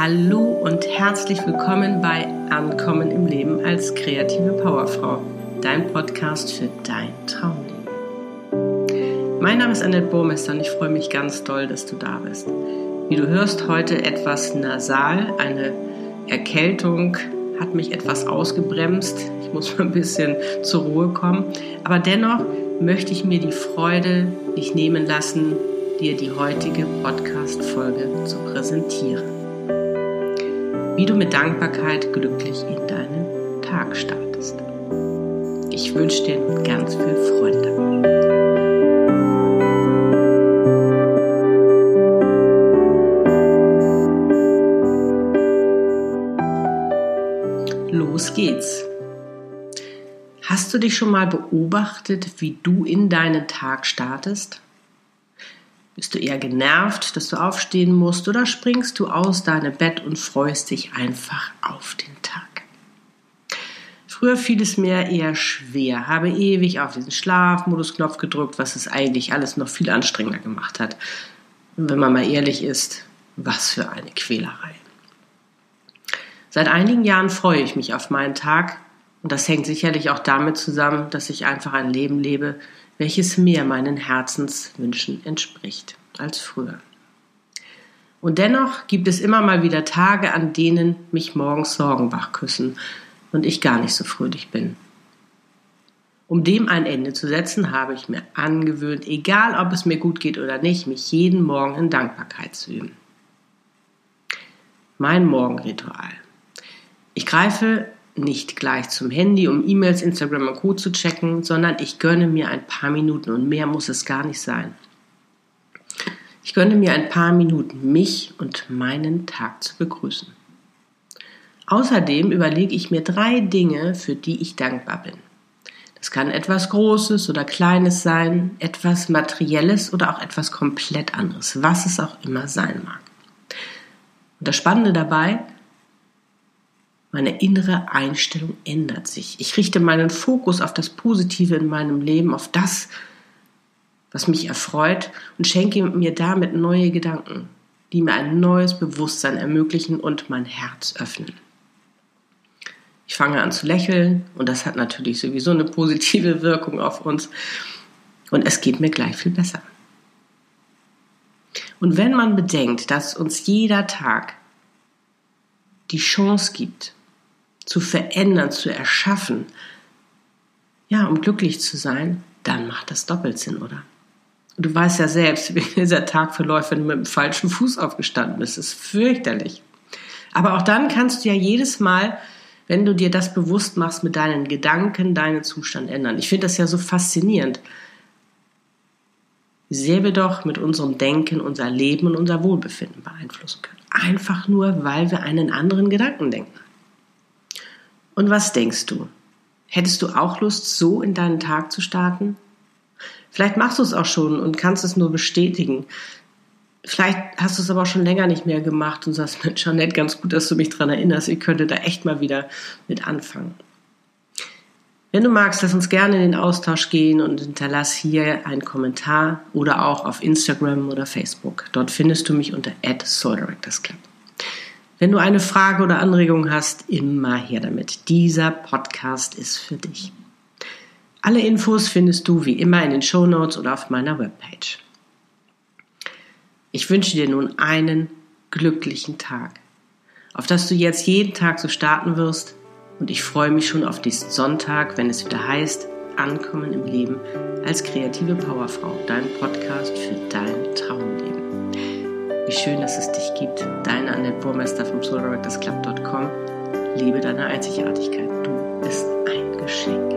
Hallo und herzlich willkommen bei Ankommen im Leben als kreative Powerfrau, dein Podcast für dein Traumleben. Mein Name ist Annette Burmester und ich freue mich ganz doll, dass du da bist. Wie du hörst, heute etwas nasal, eine Erkältung hat mich etwas ausgebremst. Ich muss mal ein bisschen zur Ruhe kommen, aber dennoch möchte ich mir die Freude nicht nehmen lassen, dir die heutige Podcast-Folge zu präsentieren. Wie du mit Dankbarkeit glücklich in deinen Tag startest. Ich wünsche dir ganz viel Freude dabei. Los geht's. Hast du dich schon mal beobachtet, wie du in deinen Tag startest? Bist du eher genervt, dass du aufstehen musst, oder springst du aus deinem Bett und freust dich einfach auf den Tag? Früher fiel es mir eher schwer, habe ewig auf diesen Schlafmodus-Knopf gedrückt, was es eigentlich alles noch viel anstrengender gemacht hat. Und wenn man mal ehrlich ist, was für eine Quälerei. Seit einigen Jahren freue ich mich auf meinen Tag und das hängt sicherlich auch damit zusammen, dass ich einfach ein Leben lebe, welches mehr meinen Herzenswünschen entspricht als früher. Und dennoch gibt es immer mal wieder Tage, an denen mich morgens Sorgen wachküssen und ich gar nicht so fröhlich bin. Um dem ein Ende zu setzen, habe ich mir angewöhnt, egal ob es mir gut geht oder nicht, mich jeden Morgen in Dankbarkeit zu üben. Mein Morgenritual. Ich greife nicht gleich zum Handy, um E-Mails, Instagram und Co. zu checken, sondern ich gönne mir ein paar Minuten und mehr muss es gar nicht sein. Ich gönne mir ein paar Minuten, mich und meinen Tag zu begrüßen. Außerdem überlege ich mir 3 Dinge, für die ich dankbar bin. Das kann etwas Großes oder Kleines sein, etwas Materielles oder auch etwas komplett anderes, was es auch immer sein mag. Und das Spannende dabei: meine innere Einstellung ändert sich. Ich richte meinen Fokus auf das Positive in meinem Leben, auf das, was mich erfreut und schenke mir damit neue Gedanken, die mir ein neues Bewusstsein ermöglichen und mein Herz öffnen. Ich fange an zu lächeln und das hat natürlich sowieso eine positive Wirkung auf uns und es geht mir gleich viel besser. Und wenn man bedenkt, dass uns jeder Tag die Chance gibt, zu verändern, zu erschaffen, ja, um glücklich zu sein, dann macht das doppelt Sinn, oder? Du weißt ja selbst, wie dieser Tag verläuft, wenn du mit dem falschen Fuß aufgestanden bist. Das ist fürchterlich. Aber auch dann kannst du ja jedes Mal, wenn du dir das bewusst machst, mit deinen Gedanken deinen Zustand ändern. Ich finde das ja so faszinierend, wie sehr wir doch mit unserem Denken unser Leben und unser Wohlbefinden beeinflussen können. Einfach nur, weil wir einen anderen Gedanken denken. Und was denkst du? Hättest du auch Lust, so in deinen Tag zu starten? Vielleicht machst du es auch schon und kannst es nur bestätigen. Vielleicht hast du es aber auch schon länger nicht mehr gemacht und sagst, Mensch, Annette, ganz gut, dass du mich daran erinnerst. Ich könnte da echt mal wieder mit anfangen. Wenn du magst, lass uns gerne in den Austausch gehen und hinterlass hier einen Kommentar oder auch auf Instagram oder Facebook. Dort findest du mich unter @souldirectorsclub. Wenn du eine Frage oder Anregung hast, immer her damit. Dieser Podcast ist für dich. Alle Infos findest du wie immer in den Shownotes oder auf meiner Webpage. Ich wünsche dir nun einen glücklichen Tag, auf dass du jetzt jeden Tag so starten wirst, und ich freue mich schon auf diesen Sonntag, wenn es wieder heißt, Ankommen im Leben als kreative Powerfrau, dein Podcast für dein Traumleben. Wie schön, dass es dich gibt. Deine Annette Burmester vom souldirectorsclub.com. Liebe deine Einzigartigkeit. Du bist ein Geschenk.